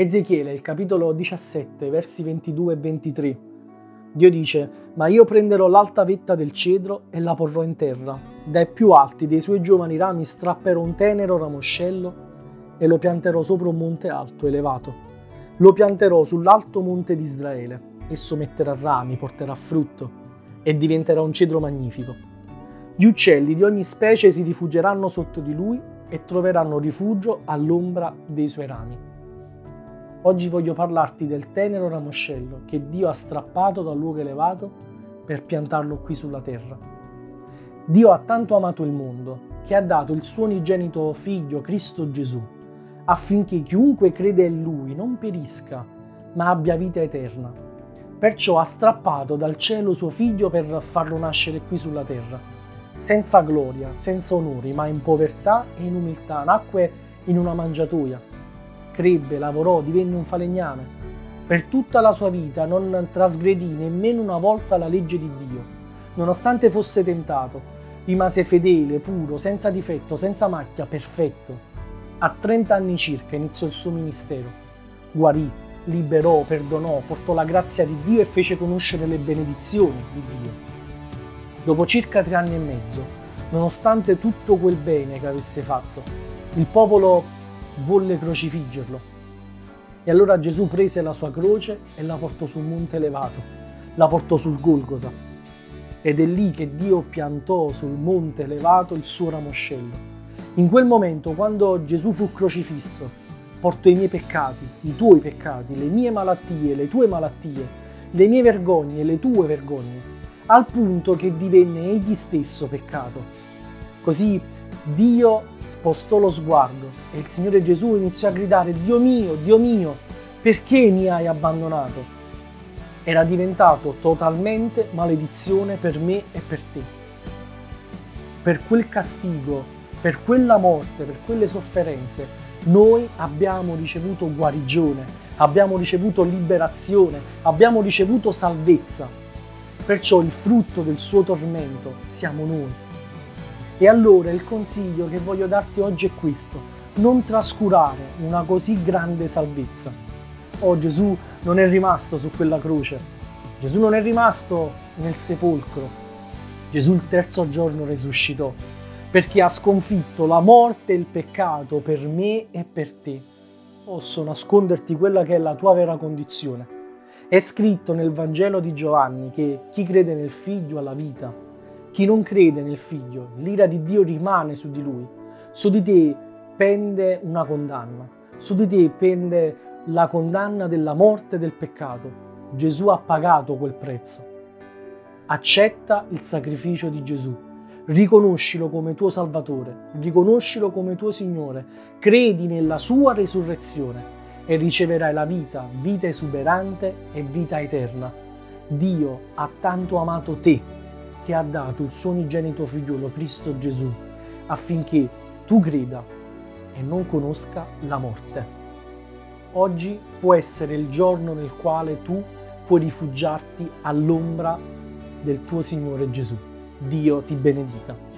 Ezechiele, il capitolo 17, versi 22 e 23. Dio dice: «Ma io prenderò l'alta vetta del cedro e la porrò in terra. Dai più alti dei suoi giovani rami strapperò un tenero ramoscello e lo pianterò sopra un monte alto, elevato. Lo pianterò sull'alto monte di Israele. Esso metterà rami, porterà frutto e diventerà un cedro magnifico. Gli uccelli di ogni specie si rifugieranno sotto di lui e troveranno rifugio all'ombra dei suoi rami». Oggi voglio parlarti del tenero ramoscello che Dio ha strappato dal luogo elevato per piantarlo qui sulla terra. Dio ha tanto amato il mondo che ha dato il suo unigenito figlio Cristo Gesù affinché chiunque crede in Lui non perisca ma abbia vita eterna. Perciò ha strappato dal cielo suo figlio per farlo nascere qui sulla terra, senza gloria, senza onori, ma in povertà e in umiltà. Nacque in una mangiatoia. Crebbe, lavorò, divenne un falegname. Per tutta la sua vita non trasgredì nemmeno una volta la legge di Dio. Nonostante fosse tentato, rimase fedele, puro, senza difetto, senza macchia, perfetto. A 30 anni circa iniziò il suo ministero. Guarì, liberò, perdonò, portò la grazia di Dio e fece conoscere le benedizioni di Dio. Dopo circa 3 anni e mezzo, nonostante tutto quel bene che avesse fatto, il popolo volle crocifiggerlo. E allora Gesù prese la sua croce e la portò su un monte elevato, la portò sul Golgota. Ed è lì che Dio piantò sul monte elevato il suo ramoscello. In quel momento, quando Gesù fu crocifisso, portò i miei peccati, i tuoi peccati, le mie malattie, le tue malattie, le mie vergogne, le tue vergogne, al punto che divenne egli stesso peccato. Così Dio spostò lo sguardo e il Signore Gesù iniziò a gridare: Dio mio, perché mi hai abbandonato? Era diventato totalmente maledizione per me e per te. Per quel castigo, per quella morte, per quelle sofferenze, noi abbiamo ricevuto guarigione, abbiamo ricevuto liberazione, abbiamo ricevuto salvezza. Perciò il frutto del suo tormento siamo noi. E allora il consiglio che voglio darti oggi è questo: non trascurare una così grande salvezza. Oh, Gesù non è rimasto su quella croce, Gesù non è rimasto nel sepolcro, Gesù il terzo giorno risuscitò, perché ha sconfitto la morte e il peccato per me e per te. Posso nasconderti quella che è la tua vera condizione. È scritto nel Vangelo di Giovanni che chi crede nel Figlio ha la vita. Chi non crede nel Figlio, l'ira di Dio rimane su di lui. Su di te pende una condanna. Su di te pende la condanna della morte e del peccato. Gesù ha pagato quel prezzo. Accetta il sacrificio di Gesù. Riconoscilo come tuo Salvatore. Riconoscilo come tuo Signore. Credi nella sua resurrezione e riceverai la vita esuberante e vita eterna. Dio ha tanto amato te che ha dato il suo unigenito figliolo Cristo Gesù affinché tu creda e non conosca la morte. Oggi può essere il giorno nel quale tu puoi rifugiarti all'ombra del tuo Signore Gesù. Dio ti benedica.